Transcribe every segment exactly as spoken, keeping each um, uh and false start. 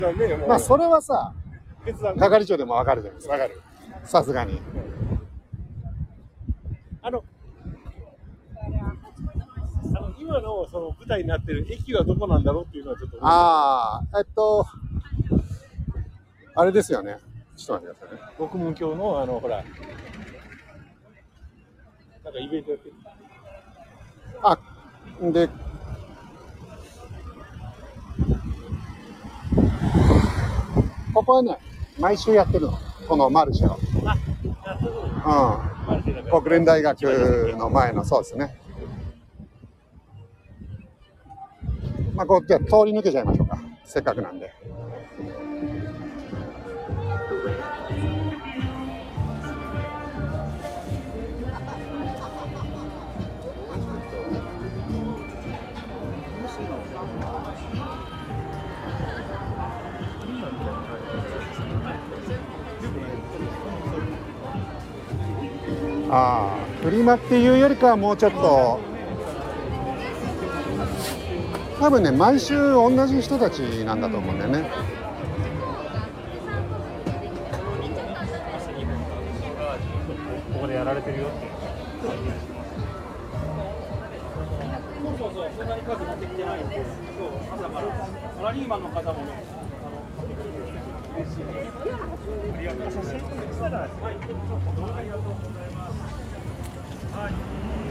まあそれはさ、 決断係長でも分かるじゃないですか。 わかる。 さすがに。 あの、あの今のその舞台になってる駅はどこなんだろうっていうのはちょっと思う。 ああ、えっと、あれですよね。ちょっと待ってくださいね。 獄門橋のあのほら、なんかイベントやってる。 あ、で、ここはね、毎週やってるの。このマルシェを。 あ、あそういうことです。 うん。国連大学の前の、そうですね。まあ、こう、じゃあ通り抜けちゃいましょうか。せっかくなんで。ああ、フリマっていうよりかはもうちょっと、多分ね、毎週同じ人たちなんだと思うんだよね。 ここでやられてるよって。そうそうそう、そんなに数持ってきてないんで、そう朝からサラリーマンの方もね、あの買ってくれるんで嬉しい。ありがとうございます。はい、ありがとうございます。はい。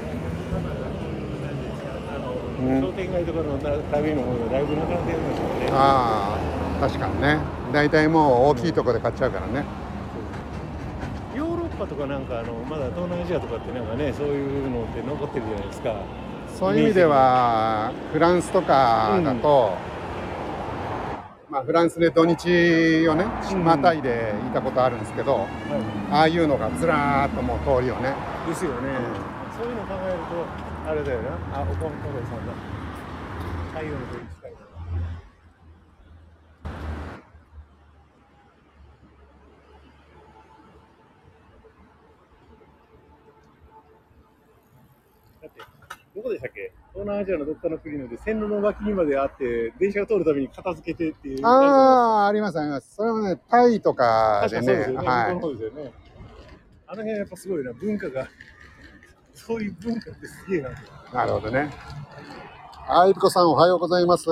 あの商店街とかの旅のものがだいぶなくなってるんですよね。 ああ、確かにね。大体もう大きいところで買っちゃうからね。 ヨーロッパとかなんかあのまだ東南アジアとかってなんかね、そういうのって残ってるじゃないですか。 そういう意味ではフランスとかだと、うん、まあフランスで土日をねまたいでいたことあるんですけど、うん、ああいうのがずらーっともう通りをね。 ですよね。うん、そういうのを考えるとあれだよな。あ、おこんころさんだ。太陽のといいですか。だってどこでしたっけ？東南アジアのどっかの国ので線路の脇にまであって電車が通るために片付けてっていう。 ああ、ありますあります。それはね、タイとかでね。 そうですよね。はい、向こうの方ですよね。あの辺やっぱすごいな、文化が、そういう文化ってすげえな。 なるほどね。はい、ピコさんおはようございます。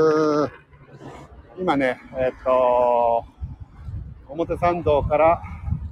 今ね、えっと表参道から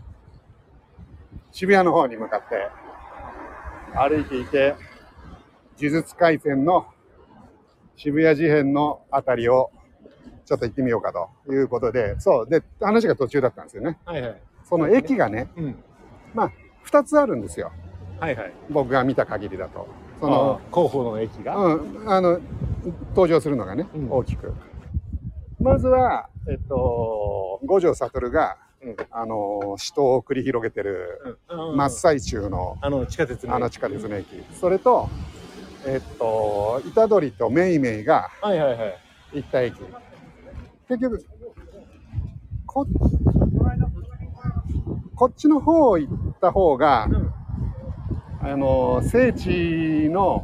渋谷の方に向かって歩いていて、呪術廻戦の渋谷事変のあたりをちょっと行ってみようかということで、そうで話が途中だったんですよね。はいはい。その駅がね、うん、まあふたつあるんですよ。はいはい。僕が見た限りだと、その候補の駅が、 うん、あの登場するのがね、うん、大きく。まずはえっと五条悟が、うん、あの死闘を繰り広げてる真っ最中の、あの地下鉄の駅、あの地下鉄の駅、それとえっと虎杖とメイメイが行った駅、結局ここっちの方行った方が、うん、あの聖地の、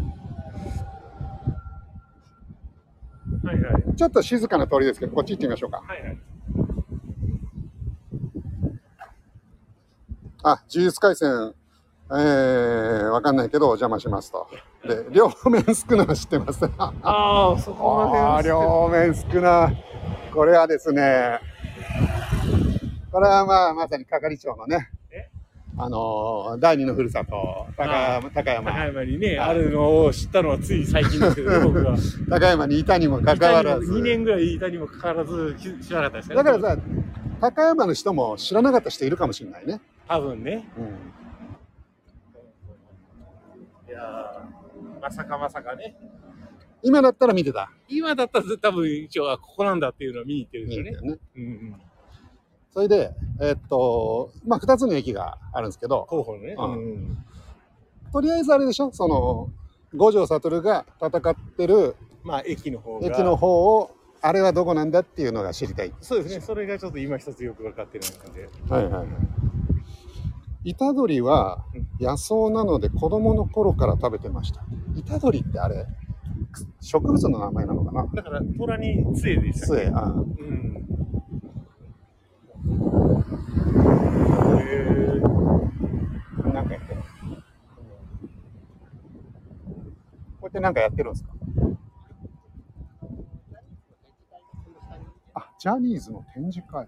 はいはい、ちょっと静かな通りですけど、こっち行ってみましょうか。はいはい、あ、呪術廻戦、えー、わかんないけどお邪魔しますと。で、両面少な知ってます。ああ、そこまで。両面少な。これはですね、これはまあまさに係長のね、あのー、第二のふるさと高山、高山高山にね、あるのを知ったのはつい最近ですけどね、僕は。 高山にいたにもかかわらず、 にねんぐらいいたにもかかわらず知らなかったですね。 だからさ、高山の人も知らなかった人いるかもしれないね。 多分ね。うん、いやー、まさかまさかね。 今だったら見てた。 今だったら多分一応ここなんだっていうのを見に行ってるんですよね。ね、うんうん、 それで、えー、っとまあふたつの駅があるんですけど、 候補のね、うんうん、 とりあえずあれでしょ、その五条悟が戦ってる、 まあ、駅の方が駅の方をあれはどこなんだっていうのが知りたい。 そうですね、それがちょっと今一つよく分かってないので。 はいはい。虎杖は野草なので子供の頃から食べてました。虎杖ってあれ植物の名前なのかな。 だから虎に杖ですよね。 杖、ああ、うん、 なんかやってるんですか？あ、ジャニーズの展示会。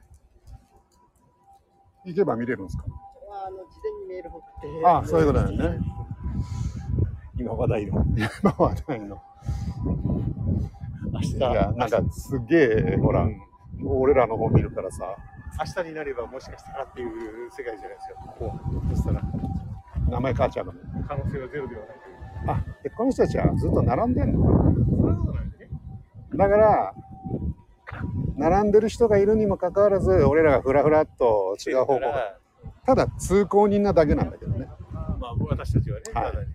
行けば見れるんですか？ あの事前にメール送って。 あ、そういうことだよね。 今話題の。 今話題の。 明日。 いや、なんかすげえ、ほら、俺らの方見るからさ。 明日になればもしかしたらっていう世界じゃないですか。ここ。そしたら。 名前変わっちゃうの。 可能性はゼロではない。 あ、で、この人たちはずっと並んでんの？ そういうことなんですね。 だから、並んでる人がいるにもかかわらず、俺らがふらふらっと違う方向。ただ通行人なだけなんだけどね。 まあ私たちはね。 はいただに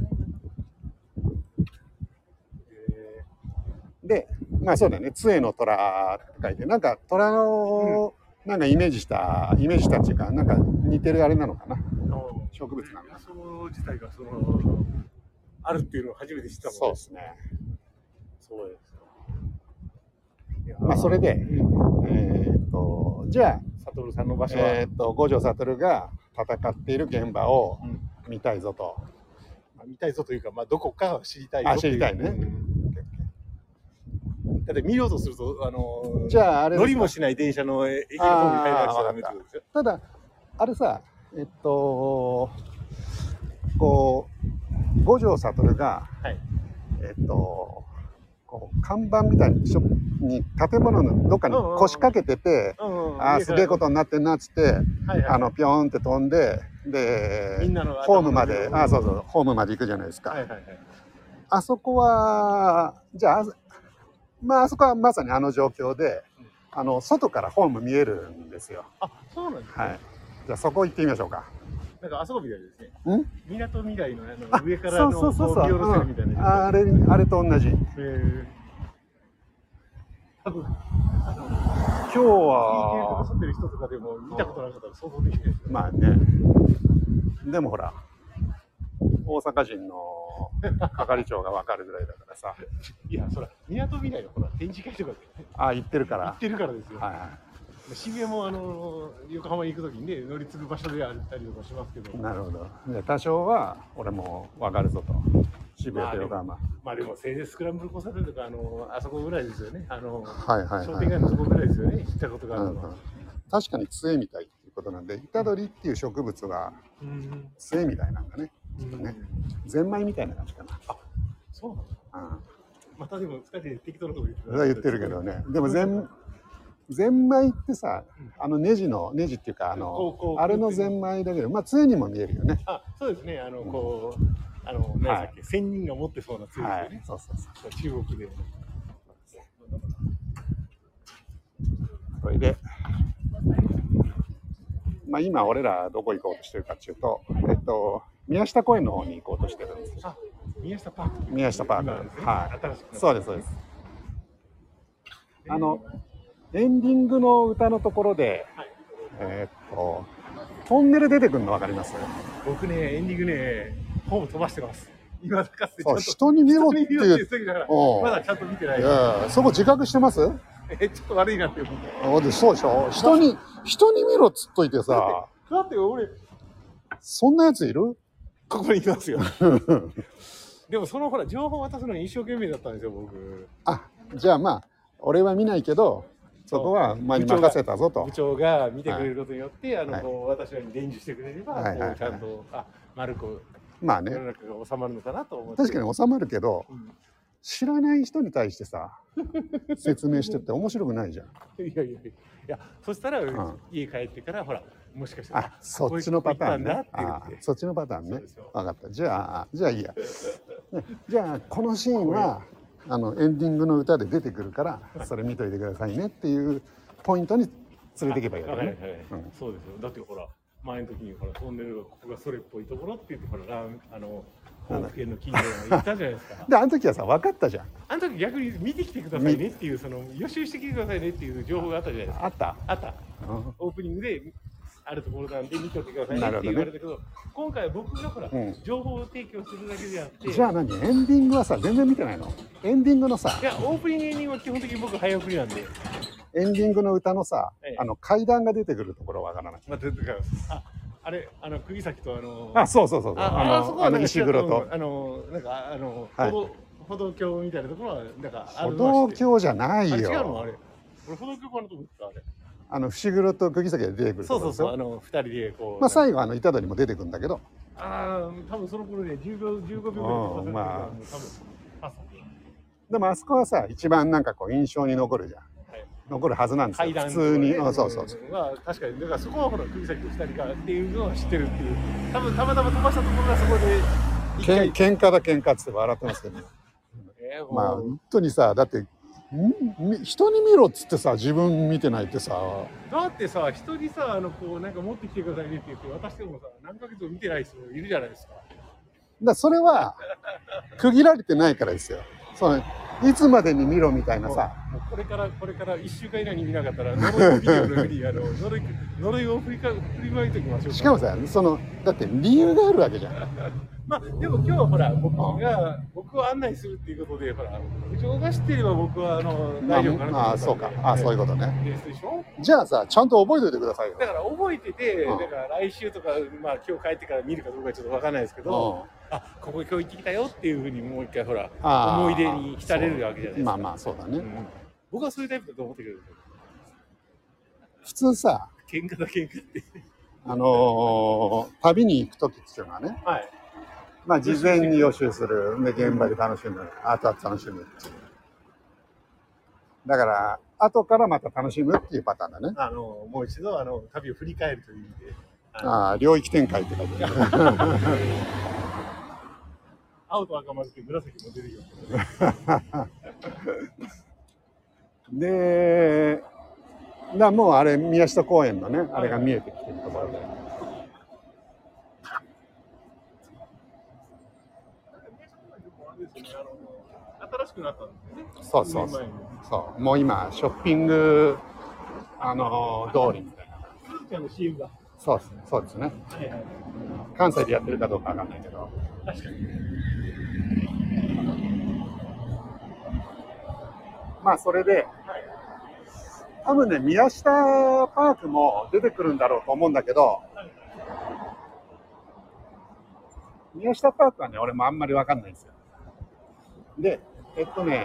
で、まあそうだよね。杖の虎って書いて、なんか虎のなんかイメージしたイメージしたっていうか、なんか似てるあれなのかな。植物なのかな。 その自体がそのあるっていうのを初めて知ったもんね。 そうですね。 そうです。 まあそれで、えー、っとじゃあ悟さんの場所は、 えー、っと五条悟が戦っている現場を見たいぞと。 まあ、見たいぞというか、まあどこかを知りたいぞあ、知りたいね。 うんだって見ようとすると、あのじゃああれ乗りもしない電車の駅の方に帰らなくちゃダメってことですよ。 ただあれさ、えっとこう五条悟が、 はい、 えっとこう看板みたいにに建物のどっかに腰掛けてて、ああすげえことになってんなっつって、はいはい、あのピョーンって飛んで、でみんなのホームまで、あそうそうホームまで行くじゃないですか。はいはいはい、あそこはじゃあまああそこはまさにあの状況で、あの外からホーム見えるんですよ。 あ、そうなんですね。はい。 じゃあそこ行ってみましょうか。なんかあそこみたいですね。ん？港未来のあの上からのそうそうそうそう、 見下ろせるみたいな。 あれあれと同じ。へえ。多分あの今日は住んでる人とかでも見たことなかったら想像できないですよ。 まあね。でもほら大阪人の係長が分かるぐらいだからさ。 いやそら港未来のほら展示会とかで、ね、 あ行ってるから。 行ってるからですよ。 はいはい。 渋谷もあの横浜に行くときにね乗り継ぐ場所であったりとかしますけど。 なるほど。で多少は俺も分かるぞと。渋谷と横浜。 まあでもせいぜいスクランブル交差点とかあのあそこぐらいですよね。あの、 はいはいはい、 商店街のとこぐらいですよね。行ったことがあるのは、うんうん。 確かに杖みたいっていうことなんで、イタドリっていう植物は杖みたいなんだね。きっとね。ゼンマイみたいな感じかな。 あ、そうなんだ。うん。またでもふたりで適当なこと言ってる。言ってるけどね。でもゼンゼンマイってさ、あのネジのネジっていうかあのあれのゼンマイだけど、まあ杖にも見えるよね。 あ、そうですね。あのこう。あの何だっけ、仙人が持ってそうな杖ですよね。はい、そうそうそう。中国で。 それで、まあ今俺らどこ行こうとしてるかっていうと、えっと宮下公園の方に行こうとしてるんです。 あ、宮下パーク。 宮下パーク。はい。そうですそうです。あのエンディングの歌のところで、はい、えっとトンネル出てくるの分かります？ 僕ねエンディングね。ホーム飛ばしてます。今だかそう人に見ろっていうまだちゃんと見てない。 いやそこ自覚してます？ えちょっと悪いなって思って。そうでしょ。人に人に見ろっつっといてさ。 だって俺そんなやついる？ ここにいますよ。でもそのほら情報渡すのに一生懸命だったんですよ僕。 あじゃあまあ俺は見ないけど。そこは前に任せたぞと。 部長が見てくれることによって、はい、あのこう私らに伝授してくれれば、はい、こうちゃんとあ丸くまあね世の中が収まるのかなと思って。 確かに収まるけど、うん、知らない人に対してさ説明してって面白くないじゃん。 いやいやいやそしたら、うん、家帰ってからほらもしかしたらあそっちのパターンね。あそっちのパターンね。分かった。じゃあじゃあいいや。じゃあこのシーンは。あのエンディングの歌で出てくるからそれ見といてくださいねっていうポイントに連れていけばいいわけね。 そうですよ。だってほら前の時にほらトンネルがここがそれっぽいところって言ってほらラーあの高知県の近所が言ったじゃないですか。 であの時はさ分かったじゃん。 あの時逆に見てきてくださいねっていうその予習してきてくださいねっていう情報があったじゃないですか。 あったあった。オープニングであるところなんで見といてくださいねって言われたけど、今回僕がほら、うん、情報を提供するだけであってじゃあ何エンディングはさ全然見てないの？エンディングのさいやオープニングエンディングは基本的に僕早送りなんでエンディングの歌のさ、ええ、あの階段が出てくるところわからない。 まあ、出てからああれあの釘崎とあのあそうそうそうそうあのあの石黒とあのなんかあの、 はい、 歩道橋みたいなところはなんかあ歩るのは知ってる。 道橋じゃないあれ違うのよ。 あれ。俺歩道橋かなと思ってたあれ。 あの伏黒と釘崎で出てくるそうそうそう、 ところですよ。 あの二人でこう。 まあ最後あの板取りも出てくるんだけど、 ああ、多分その頃ね、じゅうびょう、じゅうごびょうぐらいでうんまあ多分朝。 でもあそこはさ一番なんかこう印象に残るじゃん。 はい残るはずなんですよ。 階段普通に、うん、そうそうそう。 まあ確かにだからそこはほら釘崎と二人がっていうのは知ってるっていう。多分たまたま飛ばしたところがそこで一けん回。 喧嘩だ喧嘩っつって笑ってますけどね。 えーまあもう本当にさだってんみ人に見ろっつってさ自分見てないってさ、 だってさ、人にさ、あのこうなんか持ってきてくださいねって言って渡してもさ、何ヶ月も見てない人いるじゃないですか。 だそれは区切られてないからですよ。そういつまでに見ろみたいなさ。 もうこれからこれからいっしゅうかん以内に見なかったら呪いビデオのふりあの呪い呪いを振りか振りまいときましょうか。 しかもさそのだって理由があるわけじゃん。 まあでも今日はほら僕が僕を案内するっていうことでほら部長が知っていれば僕はあの大丈夫かなと思ったんで。 ああそうか。ああそういうことね。 ですでしょ。 じゃあさちゃんと覚えておいてくださいよ。 だから覚えてて、 うんだから来週とかまあ今日帰ってから見るかどうかちょっとわかんないですけど、あここ今日行ってきたよっていうふうにもう一回ほらあー思い出に浸れるわけじゃないですか。 まあまあそうだね。 うん僕はそういうタイプだと思ってくれる。 普通さ喧嘩だ喧嘩って。 あのー旅に行く時っていうのはね、 はい。 まあ事前に予習する、で現場で楽しむ、後々楽しむっていう。だから後からまた楽しむっていうパターンだね。 あのもう一度あの旅を振り返るという意味で。 ああ領域展開って書いてある。 青と赤丸って紫も出るよ。 で、だからもうあれ宮下公園のね、あれが見えてきてるところで。 新しくなったんですよね。 そうそうそう。そうもう今ショッピングあのー通りみたいな。 スーちゃんの シーエム が。 そうですそうですね。 はいはい。 関西でやってるかどうかわかんないけど。 確かに。 まあそれで、多分ね宮下パークも出てくるんだろうと思うんだけど、宮下パークはね俺もあんまりわかんないんですよ。で、えっとね、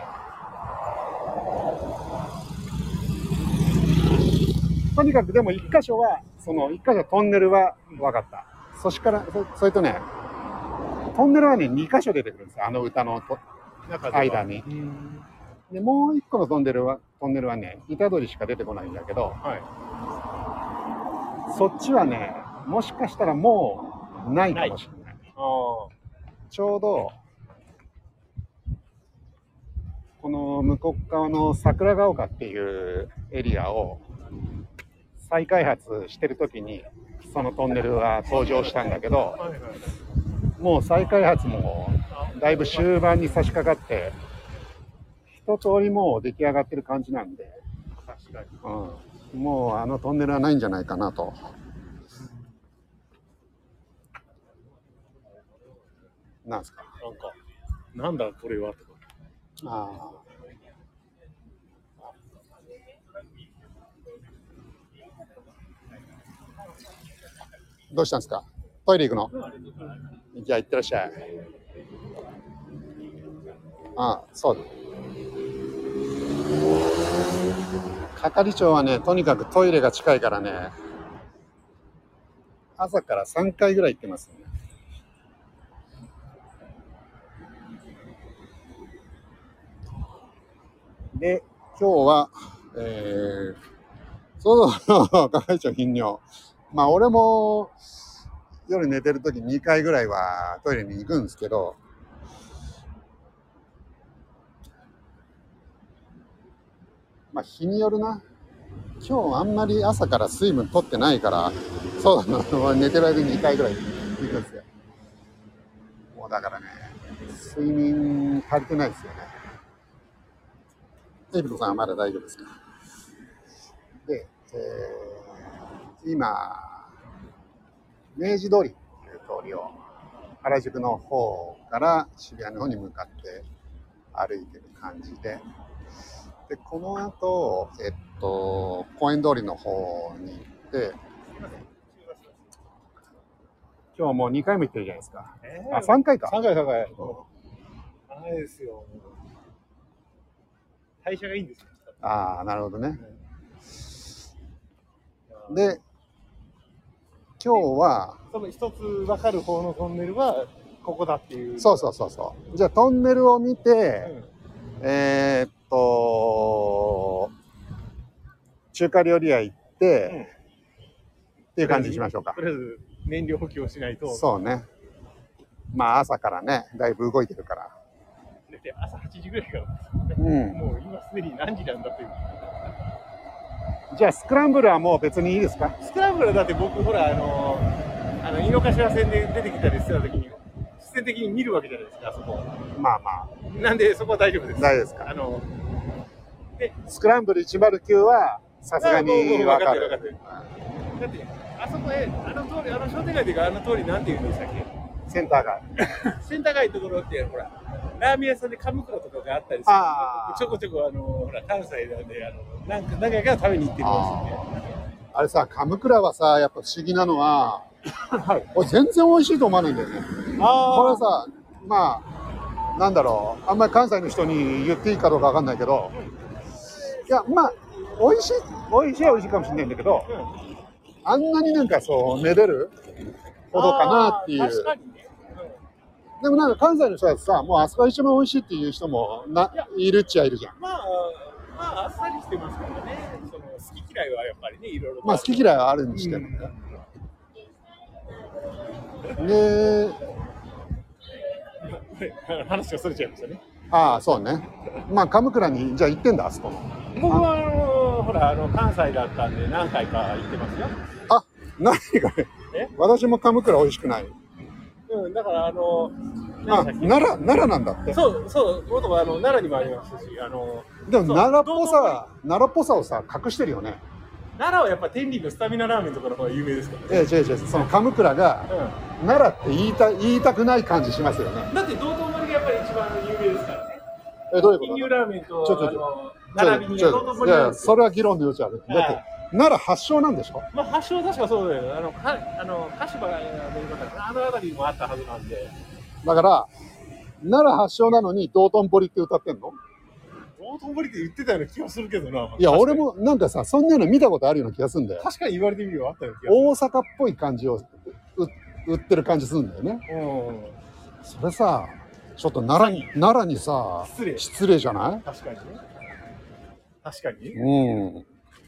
とにかくでも一箇所はその一箇所トンネルは分かった。そしからそそれとねトンネルはね二箇所出てくるんですよ、あの歌のと間に。でもう一個のトンネルはトンネルはね板取りしか出てこないんだけど、 はそっちはねもしかしたらもうないかもしれない。 い。あちょうどこの向こう側の桜ヶ丘っていうエリアを再開発してる時にそのトンネルが登場したんだけど、 あ。はいはい。 もう再開発もだいぶ終盤に差し掛かって一通りもう出来上がってる感じなんで、 確かに。 うん、もうあのトンネルはないんじゃないかなと。なんですか。 なんかなんだこれはとか。 ああ。どうしたんですか。トイレ行くの。じゃあ行ってらっしゃい。ああ、そうだ。係長はね、とにかくトイレが近いからね、朝からさんかいぐらい行ってますね。で、今日は、えー、そうそう、係長頻尿。まあ、俺も夜寝てるときにかいぐらいはトイレに行くんですけど、まあ、日によるな。今日あんまり朝から水分取ってないから、そうだな、寝てる間ににかいぐらい行くんですよ。もうだからね、睡眠足りてないですよね。エイブトさんはまだ大丈夫ですか。で、えー、今、明治通りという通りを原宿の方から渋谷の方に向かって歩いてる感じで、でこの後、えっと、公園通りの方に行って、今日はもうにかいも行ってるじゃないですか。 えー、 あ、さんかいか。 さんかいさんかい。 うんあれですよ。代謝がいいんですよ。 ああ、なるほどね。で、今日は、 その一つ分かる方のトンネルはここだっていう。 そうそうそうそう。じゃあトンネルを見て、うん、えー、っと、中華料理屋行って、うん、っていう感じにしましょうか。 とりあえず燃料補給をしないと。 そうね。まあ朝からね、だいぶ動いてるから。 だって朝はちじぐらいから、 うん、 もう今すでに何時なんだという。 じゃあスクランブルはもう別にいいですか？ スクランブルはだって僕ほらあのあの井の頭線で出てきたりしてた時に視線的に見るわけじゃないですか、そこ。 まあまあ。 なんでそこは大丈夫です。 大丈夫ですか？ あのでスクランブルいちまるきゅうはさすがに分かる。 だってあそこへあの通りあの商店街というかあの通りなんて言うんでしたっけ？センター街。センター街のところってほらラーメン屋さんでカムクラとかがあったりする。ちょこちょこあのほら関西なんであのなんか何回か食べに行ってるんですよね。 あれさ、カムクラはさ、やっぱ不思議なのは、はい、俺全然美味しいと思わないんだよね。あこれはさ、まあなんだろう、あんまり関西の人に言っていいかどうかわかんないけど、いやまあ美味しい美味しいは美味しいかもしれないんだけど、うん、あんなになんかそうめでるほどかなっていう。確かにね。でもなんか関西の人はさ、もうあそこが一番美味しいっていう人もないるっちゃいるじゃん。 まあ、まあ、あっさりしてますからね。その好き嫌いはやっぱりね、いろいろ。 まあ好き嫌いはあるにしてもね。うん、で、 話がそれちゃいましたね。 ああ、そうね。まあ鎌倉にじゃあ行ってんだ、あそこの。 僕はあのほらあの関西だったんで何回か行ってますよ。 あ、何かね。私も鎌倉美味しくない。 うん、だからあのあ、奈良、奈良なんだって。 そうそう、僕はあの奈良にもありますし、あのでも奈良っぽさ、奈良っぽさをさ隠してるよね。 奈良はやっぱ天理のスタミナラーメンとかの方が有名ですからね。ええ、違う違う、その鎌倉が、うん、奈良って言いた言いたくない感じしますよね。 だって道頓堀がやっぱり一番有名ですからね。 え、どういうこと？ 金牛ラーメンとちょちょちょ並びに道頓堀。 いやそれは議論の余地ある。だって奈良発祥なんでしょ？ まあ発祥は確かそうだよ。あのかあの鹿島のあの辺りにもあったはずなんで。 だから奈良発祥なのに道頓堀って歌ってんの？ 道頓堀って言ってたような気がするけどな。 いや俺もなんかさそんなの見たことあるような気がするんだよ。 確かに言われてみればあったような気がする。 大阪っぽい感じを売ってる感じするんだよね。うん。それさちょっと奈良に奈良にさ失礼失礼じゃない？ 確かにね。確かに。 うん。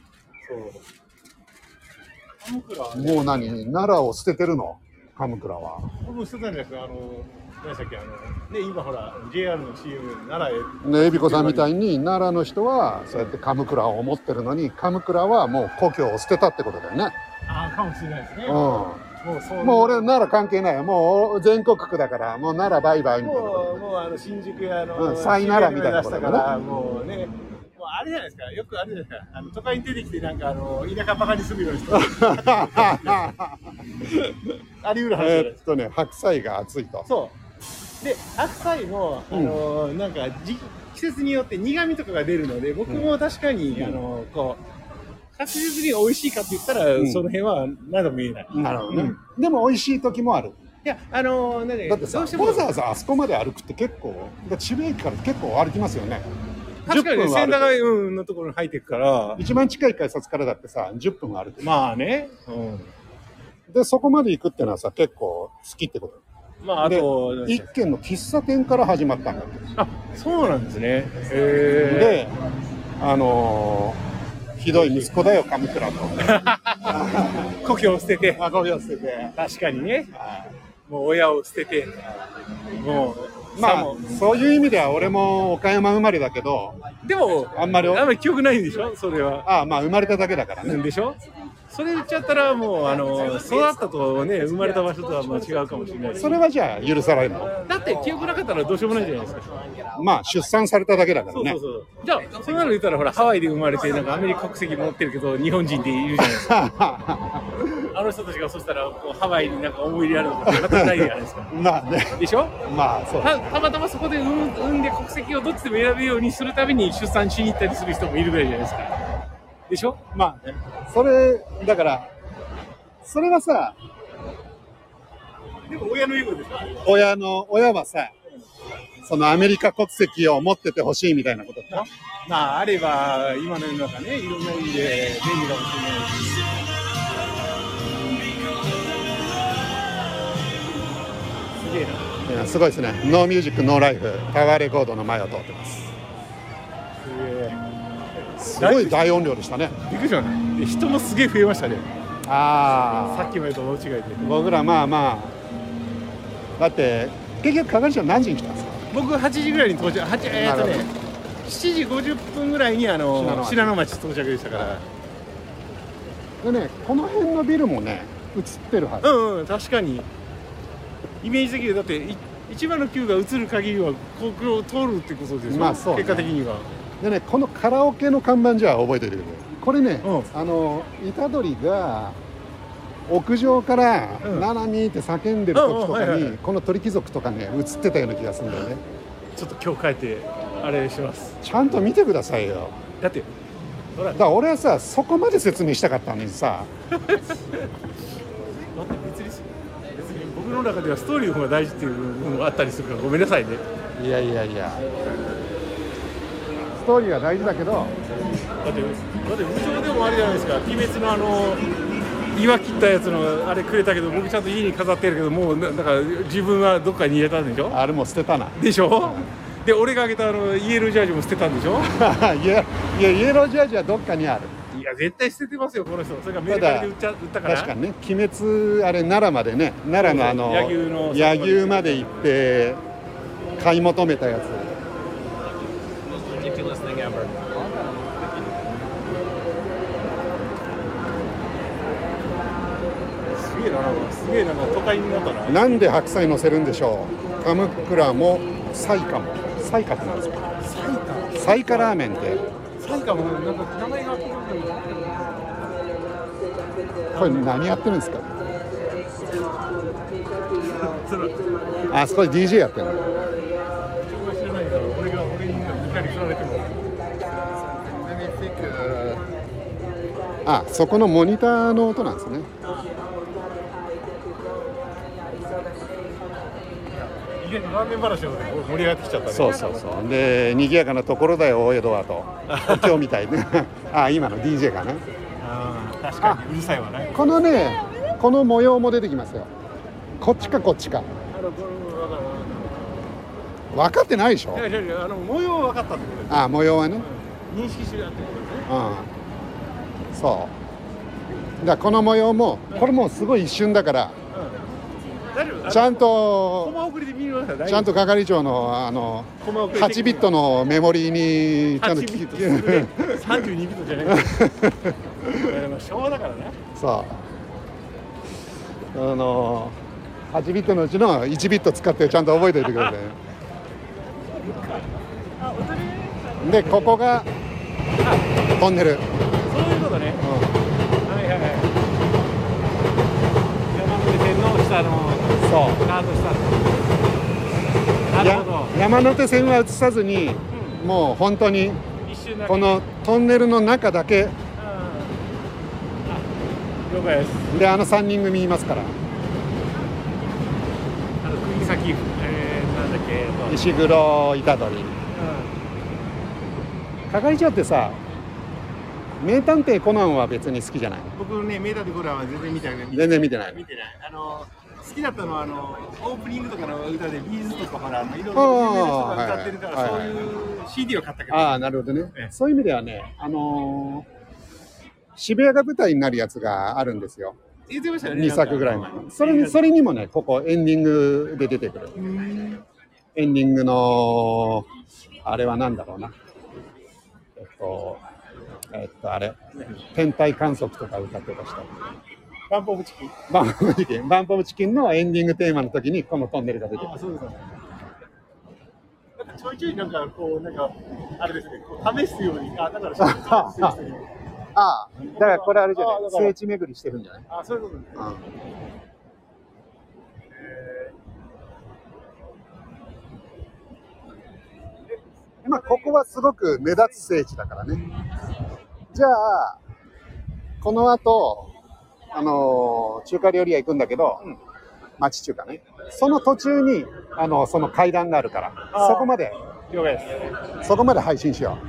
そう。もう何奈良を捨ててるの？鎌倉は。 もう捨てたんですよ。あの何でしたっけあのね今ほら ジェイアール の シーエム 奈良へ。 ねえびこさんみたいに奈良の人はそうやって鎌倉を思ってるのに鎌倉はもう故郷を捨てたってことだよね。 ああかもしれないですね。うん。 もうそうもう俺奈良関係ないよ。もう全国区だからもう奈良バイバイみたいな。 もうもうあの新宿やあの、 うん、西奈良みたいなことだからもうね。あれじゃないですか、よくあれじゃないですか、あの都会に出てきて、なんかあの田舎バカに住むような人。あり得る話じゃないですか。 えっとね、白菜が熱いと。 そう。で、白菜も、あの、うん、なんかじ、季節によって苦味とかが出るので、僕も確かに、うん、あの、こう、確実に美味しいかって言ったら、うん、その辺は何とも言えない。 なるほどね。うん、でも美味しい時もある。 いや、あのー、なんで、 だってさ、わざわざあそこまで歩くって結構、渋谷駅から結構歩きますよね。 確かに千駄ヶ谷のところに入っていくから一番近い改札からだってさじゅっぷん歩く。 まあね、うん、 でそこまで行くってのはさ結構好きってこと。 まああと一軒の喫茶店から始まったんだって。 あ、そうなんですね。へであのー、ひどい息子だよ鎌倉と故郷を捨ててあ故郷を捨てて確かにねもう親を捨ててもうまあそういう意味では俺も岡山生まれだけどでもあんまりあんまり記憶ないんでしょそれは。 ああまあ生まれただけだからね。 でしょそれ言っちゃったらもうあの育ったとね生まれた場所とはまあ違うかもしれない。 それはじゃあ許されるの？ だって記憶なかったらどうしようもないじゃないですか。 まあ出産されただけだからね。 そうそうそう。じゃあそんなの言ったらほらハワイで生まれてなんかアメリカ国籍持ってるけど日本人でいるじゃないですか。あの人たちがそしたらこうハワイになんか思い入れあるのか全くないじゃないですか。 まあね。 でしょ？ まあそう。 た, たまたまそこで産んで国籍をどっちでも選べるようにするために出産しに行ったりする人もいるぐらいじゃないですか。でしょ？ まあね。それだからそれはさ。 でも親の言うことでしょ？ 親の親はさ、 そのアメリカ国籍を持っててほしいみたいなことか。 まあ、あれば、今の世の中ね、いろんな意味で便利かもしれないし。すげえな。 いや、すごいですね。ノーミュージックノーライフ、タワーレコードの前を通ってます。すごい大音量でしたね。 びっくりしたね。で人もすげえ増えましたね。 ああ。 さっきまでと大違いで。 僕らまあまあ。だって、結局係長何時に来たんですか？ 僕はちじぐらいに到着。はち、えーっとね、しちじごじゅっぷんぐらいにあの信濃町到着でしたから。 でね、この辺のビルもね、映ってるはず。 うんうん、確かに。イメージ的にだって一番の級が映る限りはここを通るってことですよ。まあそう、ね、結果的には。でね、このカラオケの看板じゃ覚えておいてくれ。これね、うん、あの虎杖が屋上から「ナナミ」って叫んでる時とかにこの鳥貴族とかね映ってたような気がするんだよね。 ちょっと今日帰ってあれします。 ちゃんと見てくださいよ。 だってだから俺はさそこまで説明したかったのにさだって別に別に僕の中ではストーリーの方が大事っていう部分があったりするからごめんなさいね。 いやいやいやストーリーは大事だけどだってだって無償でもあれじゃないですか。鬼滅のあの岩切ったやつのあれくれたけど僕ちゃんと家に飾ってるけどもうだから自分はどっかに入れたんでしょ。 あれも捨てたなでしょ。で俺があげたあのイエロージャージも捨てたんでしょ。 いやいやイエロージャージはどっかにある。 いや絶対捨ててますよこの人。それがメルカリで売っちゃ売ったから。 確かにね鬼滅あれ奈良までね奈良のあの柳生の柳生まで行って買い求めたやつ。 すげえなすげえなんか都会になったな。 なんで白菜乗せるんでしょう。鎌倉も彩花も彩花ってなんですか。彩花ラーメンって彩花もなんか名前がこれ何やってるんですか。あそこで ディージェー やってるの。 知らないから俺が俺に光振られてもあそこのモニターの音なんですね。 ラーメン話で盛り上がってきちゃったね。 そうそうそうで賑やかなところだよ大江戸はと今日みたいね。あ今の ディージェー かな。 あ確かにうるさいわね。 このねこの模様も出てきますよ。こっちかこっちか分かってないでしょ。 いやいやいやあの模様は分かったってことです。 あ模様はね、 うん、認識してたってことですね。 うんそうだからこの模様もこれもすごい一瞬だから、うん、ちゃんとちゃんと係長のあのはちビットのメモリーにちゃんと聞いてさんじゅうにビットじゃない昭和だからね。 そうあのはちビットのうちのいちビット使ってちゃんと覚えておいてください。でここがトンネル。 そういうことね。うん、はいはいはい。山手線の下のそうガード下。なるほど。 山手線は映さずに、うん、もう本当にこのトンネルの中だけ。 了解です。 であのさんにん組いますから。 あの釘崎、えー、なんだっけ石黒虎杖。係長ってさ名探偵コナンは別に好きじゃない。 僕ね名探偵コナンは全然見てない。 全然見てない。 見てない。あの好きだったのはあのオープニングとかの歌でビーズとかほらいろいろ有名な人が歌ってるから、そういう シーディー を買ったけど。 ああなるほどね、ええ。そういう意味ではねあのー、渋谷が舞台になるやつがあるんですよ。 言ってましたね。 にさくぐらい前に。それにそれにもねここエンディングで出てくる。エンディングのあれはなんだろうな。えっと、えっと、あれ、天体観測とか歌ってた人。 バンプオブチキン。 バンプオブチキン。バンプオブチキンのエンディングテーマの時にこのトンネルが出てくる。 あ、そうですね。なんかちょいちょいなんかこうなんかあれですね、こう試すように、あ、だから試すように。 ああ、だからこれあれじゃない。聖地巡りしてるんじゃない。 あ、そういうことですね。 うん、まあここはすごく目立つ聖地だからね。じゃあこの後あのー、中華料理屋行くんだけど、うん、 町中華ね。その途中にあのその階段があるから、 あーそこまで了解ですそこまで配信しよ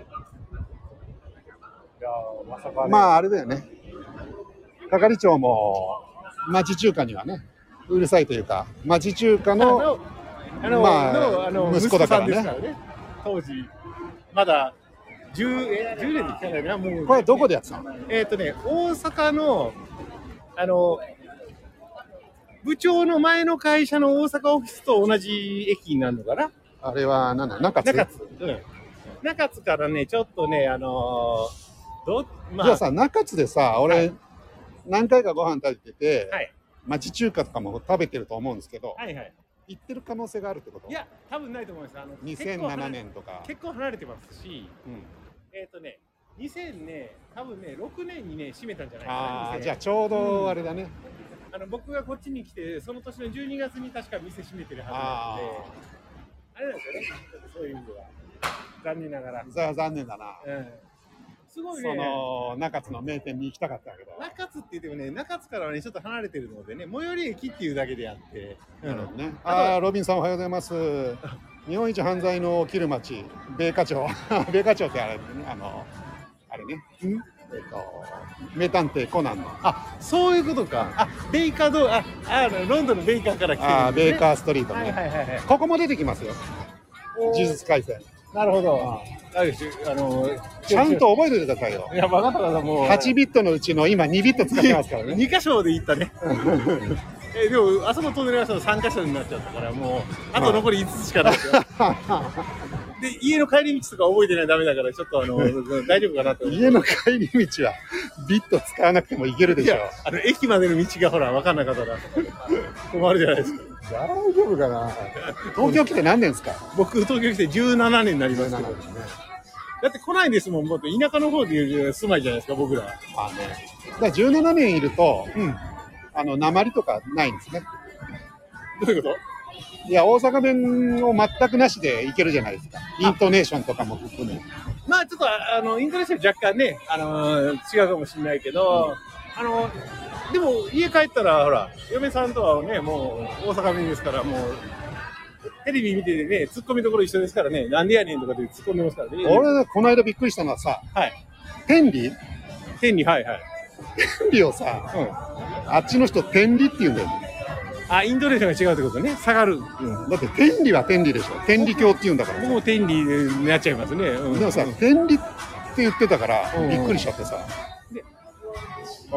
いやーまさかう。 ねまああれだよね。係長も町中華にはねうるさいというか、町中華のあの、 まあのあの息子だからね息子さんですからね当時まだじゅうえじゅうねんできたからなもうこれどこでやってたの？ えっ、とね大阪のあの部長の前の会社の大阪オフィスと同じ駅になるのかな。 あれは何だ中津？ 中津、うん、中津からねちょっとねあのー、どまあじゃあさ中津でさ俺、 はい何回かご飯食べてて、 はい町中華とかも食べてると思うんですけど、 はいはい行ってる可能性があるってこと？ いや多分ないと思います。あのにせんななねんとか。 結構離れてますし、 うんえっ、とねにせんね多分ねろくねんにね閉めたんじゃないかな。 ああ、 店じゃあちょうどあれだね。 あの僕がこっちに来てその年のじゅうにがつに確か店閉めてるはずなあので、あれなんですよね。そういう意味では残念ながら。 あ、それは残念だな。 うん、すごいそね。 の中津の名店に行きたかったけど。 中津って言ってもね中津からはねちょっと離れてるのでね最寄り駅っていうだけであって。 なるほどね。 あとはああ、ロビンさんおはようございます。日本一犯罪の起きる町、米花町。米花町ってあれね、あの、あれね。えっと、名探偵コナンの。 あ、そういうことか。あ、ベイカード、あ、あのロンドンのベイカーから来てるんです、ね。 ああ、ベイカーストリートはいね。 はいはいはい。 ここも出てきますよ。呪術廻戦。 なるほど。ある種あのちゃんと覚えておいてくださいよ。 いや分かったからもうはちビットのうちの今にビット使ってますからね。 に箇所で行ったね。えでもあそこ飛んでる人のさん箇所になっちゃったからもうあと残りいつつしかないですよ。で家の帰り道とか覚えてないとダメだからちょっとあの大丈夫かなと思って。 家の帰り道はビット使わなくてもいけるでしょ。 あの駅までの道がほら分かんなかったら困るじゃないですか。 大丈夫かな。東京来て何年ですか？ 僕東京来てじゅうななねんになりますけど。 ね、 だって来ないですもん。もっと田舎の方でいう住まいじゃないですか僕ら。 ああね。だからじゅうななねんいると、 うん。 あの訛りとかないんですね。 どういうこと？ いや大阪弁を全くなしでいけるじゃないですか。イントネーションとかも含め。 まあちょっとあのイントネーション若干ね、あのー、違うかもしれないけど、うん、あのでも家帰ったらほら嫁さんとはねもう大阪弁ですからもうテレビ見ててねツッコミどころ一緒ですからね、なんでやねんとかで突っ込んでますからね。 俺ねこの間びっくりしたのはさ、 はい。 天理？ 天理はいはい。 天理をさ、うん、あっちの人天理って言うんだよね。 あ、イントネーションが違うってことね。下がる。 うん、だって天理は天理でしょ。天理教って言うんだから。 僕も天理になっちゃいますね。うん、 でもさ、うん、天理って言ってたから、うん、びっくりしちゃってさ。であ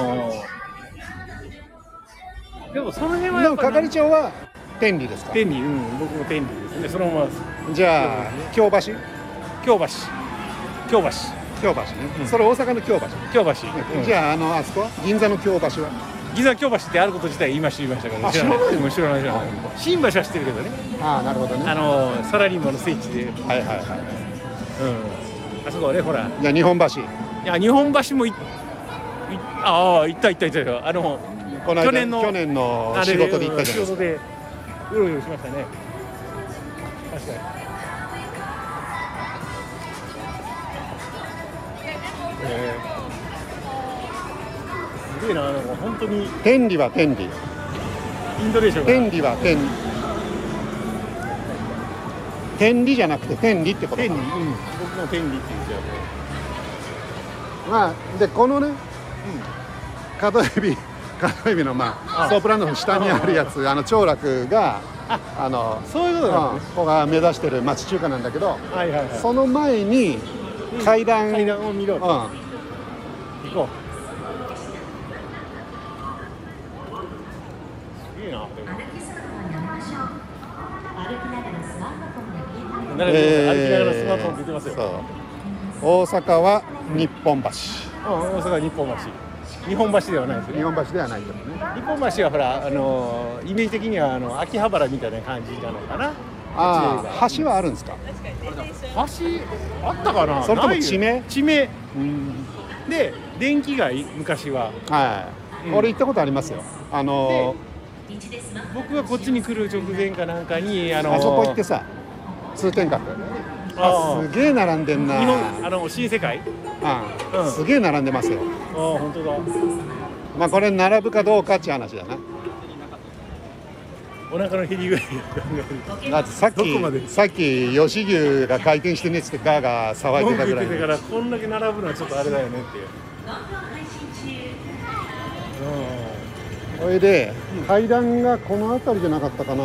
でもその辺はでも係長は天理ですか？ 天理、うん、僕も天理ですね。そのまま。 じゃあ京橋？ 京橋。京橋。 京橋ね、うん、それ大阪の京橋。 京橋。 うん、じゃああのあそこは銀座の京橋は？ 銀座京橋ってあること自体今知りましたから、 知らない。 知らない知らない。新橋は知ってるけどね。 ああなるほどね。 あのサラリーマンの聖地で。 はいはいはい。 うん。あそこはねほら。 じゃあ日本橋。 いや日本橋もい、いああ行った行った行ったあのこの間去年の去年の仕事で行ったじゃないですか。仕事でうろうろしましたね。確かに。えーすげえな、なんか本当に天理は天理、 インドネシア天理は天理、天理じゃなくて天理ってことか。 天理、うん、僕も天理って言うんですよ。 まあでこのね、うん、角エビ角エビのまあ、ああソープランドの下にあるやつ、あの長楽がああのそういうことなんですね。 ここが目指してる町中華なんだけど、 はいはいはい、 その前に階段、 うん、階段を見ろと、うん、行こう。いいな、でも歩きながらスマートフォンって言ってますよ。 大阪は日本橋。 うん、大阪は日本橋。日本橋ではないですね。 日本橋ではないけどね。 日本橋はほら、あのイメージ的にはあの秋葉原みたいな感じなのかな。 ああ、橋はあるんですか。 橋あったかな。 それとも地名？ 地名。うん。で、電気街昔は。 はい。うん、俺行ったことありますよ。あの僕がこっちに来る直前かなんかにあのあそこ行ってさ、通天閣。あ、すげえ並んでんな。 日本あの新世界。 ああ、うん、すげえ並んでますよ。 ああ、本当だ。 まあこれ並ぶかどうかっていう話だな。 お腹の減りぐらいだってさっきさっき吉牛が回転してねっつってガーガー騒いでたぐらい文句言ってたからこんだけ並ぶのはちょっとあれだよねっていう。 それで階段がこの辺りじゃなかったかな。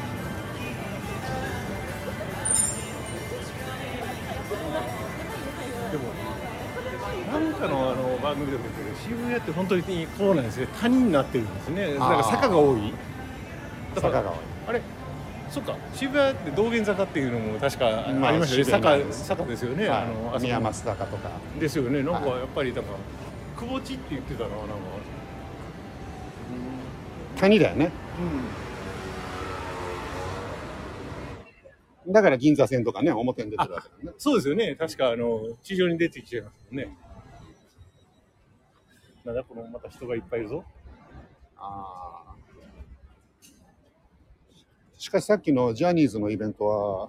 なんかのあの番組でも言ってるけど、渋谷って本当にこうなんですね。谷になってるんですね。だから坂が多い。 坂が多い。 あれ、そっか。渋谷って道玄坂っていうのも確かありまあましたよね。 渋谷坂坂ですよね。 はいあのあそこ宮益坂とかですよね。なんかはいやっぱりなんかくぼ地って言ってたな。なんか。 谷だよね。 うん。 だから銀座線とかね表に出てるわけだね。 そうですよね。確かあの地上に出てきちゃいますもんね。なんだこのまた人がいっぱいいるぞ。 ああ。しかしさっきのジャニーズのイベントは、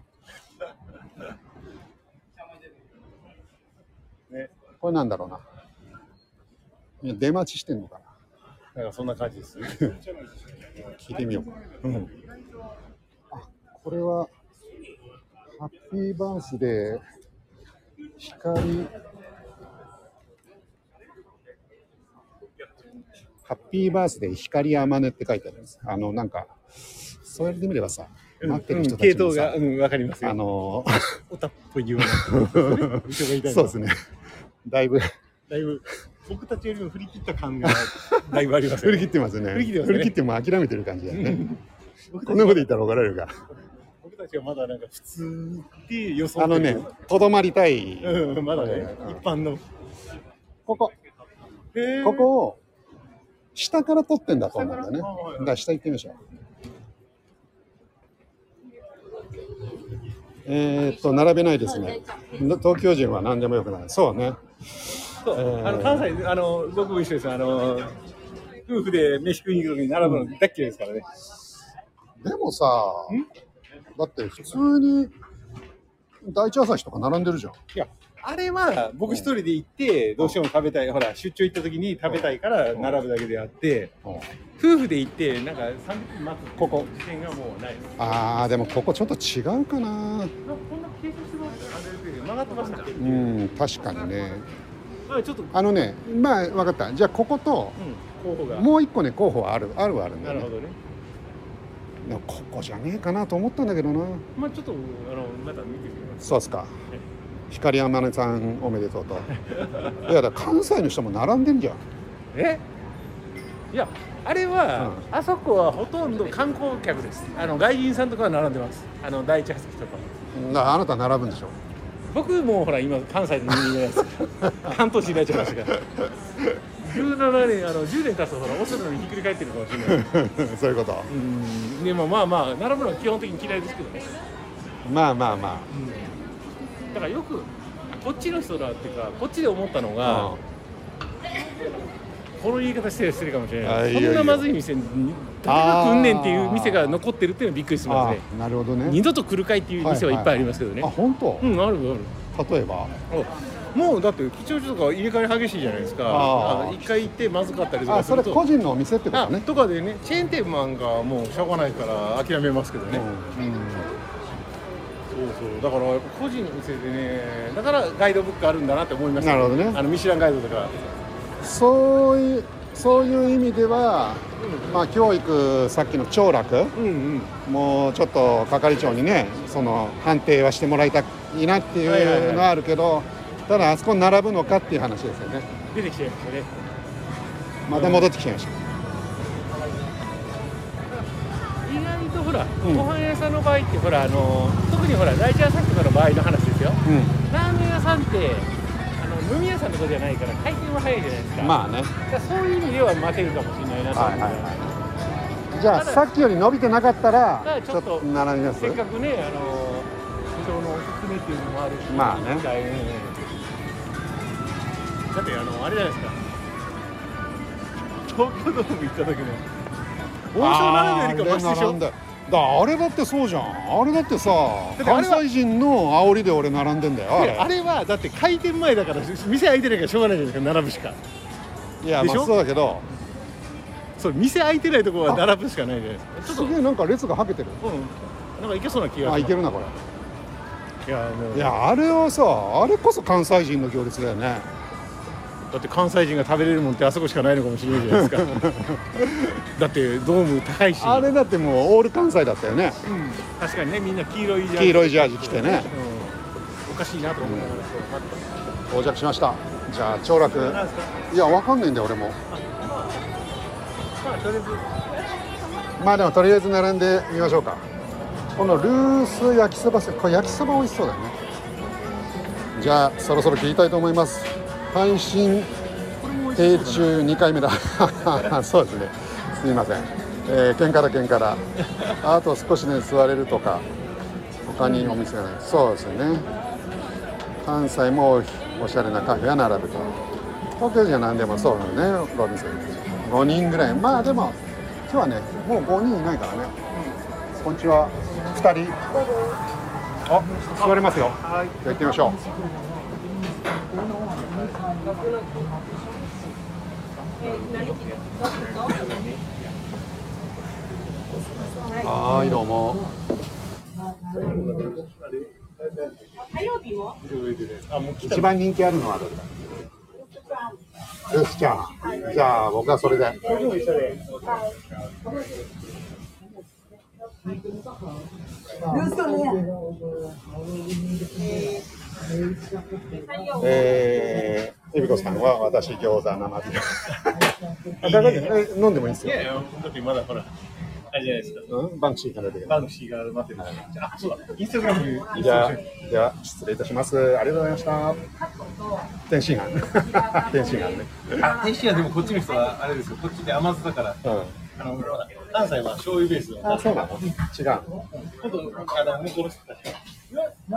ね、 これなんだろうな。いや出待ちしてんのかな。 なんかそんな感じです。 聞いてみよう。うん。あ、これはハッピーバースデー光ハッピーバースデー光あまねって書いてあるんです。あのなんかそうやってみればさ、待ってる人たちもさ、 系統がうんわかりますよ。 あのオタっぽいような人がいたりそうですね。だいぶだいぶ僕たちよりも振り切った感がだいぶありますよね。 振り切ってますね。 振り切ってますね。 振り切っても諦めてる感じだよね。こんなこと言ったら怒られるが。 僕たちはまだなんか普通って予想あのね、とどまりたい。 うん、まだね、 うん一般のここ、 へーここを下から撮ってんだと思うんだよね。 下からあはいはいだから下行ってみましょう。えーっと並べないですね。東京人は何でもよくない。そうね。 そう、 えーあの関西あの僕も一緒です。あの夫婦で飯食いに行く時に並ぶの大っ嫌いですからね。 でもさ、だって普通に第一朝日とか並んでるじゃん。 いや、あれは僕一人で行ってどうしても食べたい、ほら出張行った時に食べたいから並ぶだけであって、 うん夫婦で行ってなんかさんじゅっぷん待つここ時点がもうないです。 あーでもここちょっと違うかな。 こんな計画してますよ。曲がってましたっけ？ うん確かにね。 あちょっと、 あのねまあ分かった。じゃあこことうん、候補がもう一個ね候補はあるあるはあるんだよね。 なるほどね。 でもここじゃねえかなと思ったんだけどな。 まあちょっとあのまた見てみます。 そうっすか。光あまねさんおめでとうと。いやだから関西の人も並んでんじゃん。 え？いや、あれは、 うあそこはほとんど観光客です。あの外人さんとかは並んでます。あの第一朝日とか。 だからあなた並ぶんでしょ。 僕もほら今関西の人間じゃないですか。半年になっちゃいましたから。じゅうななねんあのじゅうねん経つとほらオスロにひっくり返ってるかもしれない。 そういうこと。 うん。でもまあまあ並ぶのは基本的に嫌いですけどね。 まあまあまあ。 だからよくこっちの人だっていうかこっちで思ったのが、この言い方して失礼かもしれない。 あいいよいいよそんなまずい店に誰が来んねんっていう店が残ってるっていうのはびっくりしますね。 あなるほどね。 二度と来るかいっていう店はいっぱいありますけどね。 あ本当。 うん、あるある。 例えば。 もうだって吉祥寺とか入れ替え激しいじゃないですか。 あー一回行ってまずかったりとあそれかすると。 個人のお店ってことあね。 とかでね、チェーン店マンがもうしょうがないから諦めますけどね。 うんうんそうそう、だから個人の店でね、だからガイドブックあるんだなって思いました。 なるほどねあのミシュランガイドとか。 そういうそういう意味では、まあ教育さっきの長楽、 うんうん。 もうちょっと係長にねその判定はしてもらいたいなっていうのはあるけど、ただあそこに並ぶのかっていう話ですよね。 出てきちゃいましたね。 また戻ってきちゃいました。 意外とほら、 んご飯屋さんの場合ってほらあの特にほら第一朝日とかの場合の話ですよ。 うラーメン屋さんってあの飲み屋さんのことじゃないから回転は早いじゃないですか。 ん、まあね。 だからそういう意味では待てるかもしれないなと思って、 はいはいはい。じゃあたださっきより伸びてなかったらただちょっとちょっと並びます。 せっかくねあの人のおすすめっていうのもあるし、 まあね一回ねだってあのあれじゃないですか。東京ドーム行った時も王将並ぶよりかマシでしょ。 あれ並んだよだあれだってそうじゃん。あれだってさってあれは関西人の煽りで俺並んでんだよ。あれいやあれはだって開店前だから店開いてないからしょうがないじゃないですか。並ぶしか。 いやまあでしょそうだけどそう店開いてないところは並ぶしかないじゃないですか。ちょっとすげえなんか列がはけてる。 うん、なんかいけそうな気がします。 あ、いけるなこれ。 いやもういや、あれはさ、あれこそ関西人の行列だよね。 だって関西人が食べれるもんってあそこしかないのかもしれないじゃないですか。だってドーム高いし。 あれだってもうオール関西だったよね。 うん、確かにね、みんな黄色いジャージ黄色いジャージ着てね。 うん、おかしいなと思いながら到着しました。じゃあ長楽。いや、わかんないんだよ俺も。まあでもとりあえず並んでみましょうか。このルース焼きそば、これ焼きそば美味しそうだよね。じゃあそろそろ切りたいと思います。配信定中にかいめだ。そうですね、すみません、えー、喧嘩だ喧嘩だ。あと少しね座れるとか他にお店がない。そうですよね、関西もおしゃれなカフェが並ぶと。東京じゃ何でもそうなのね。ロビンソンごにんぐらい。まあでも今日はねもうごにんいないからね。こんにちは。ふたり。あ、座れますよ。じゃあ行ってみましょう。はい、どうも。一番人気あるのはどれだ。ルースチャーハン。じゃあ僕はそれで。えー、エビコさんは私餃子生ビール。飲んでもいいですよ。 いやいや、だってまだほらあれじゃないですか。 うん、バンクシーからで。 バンクシーが待ってる。あ、そうだ。インスタグラムに。 じゃあ、では失礼いたします。ありがとうございました。天津飯。天津飯ね。 あ、天津飯でもこっちの人はあれですよ。こっちで甘酢だから。 うん。 あの関西は醤油ベースの。 あ、そうなの？違う。 今度あの向こうの人たち。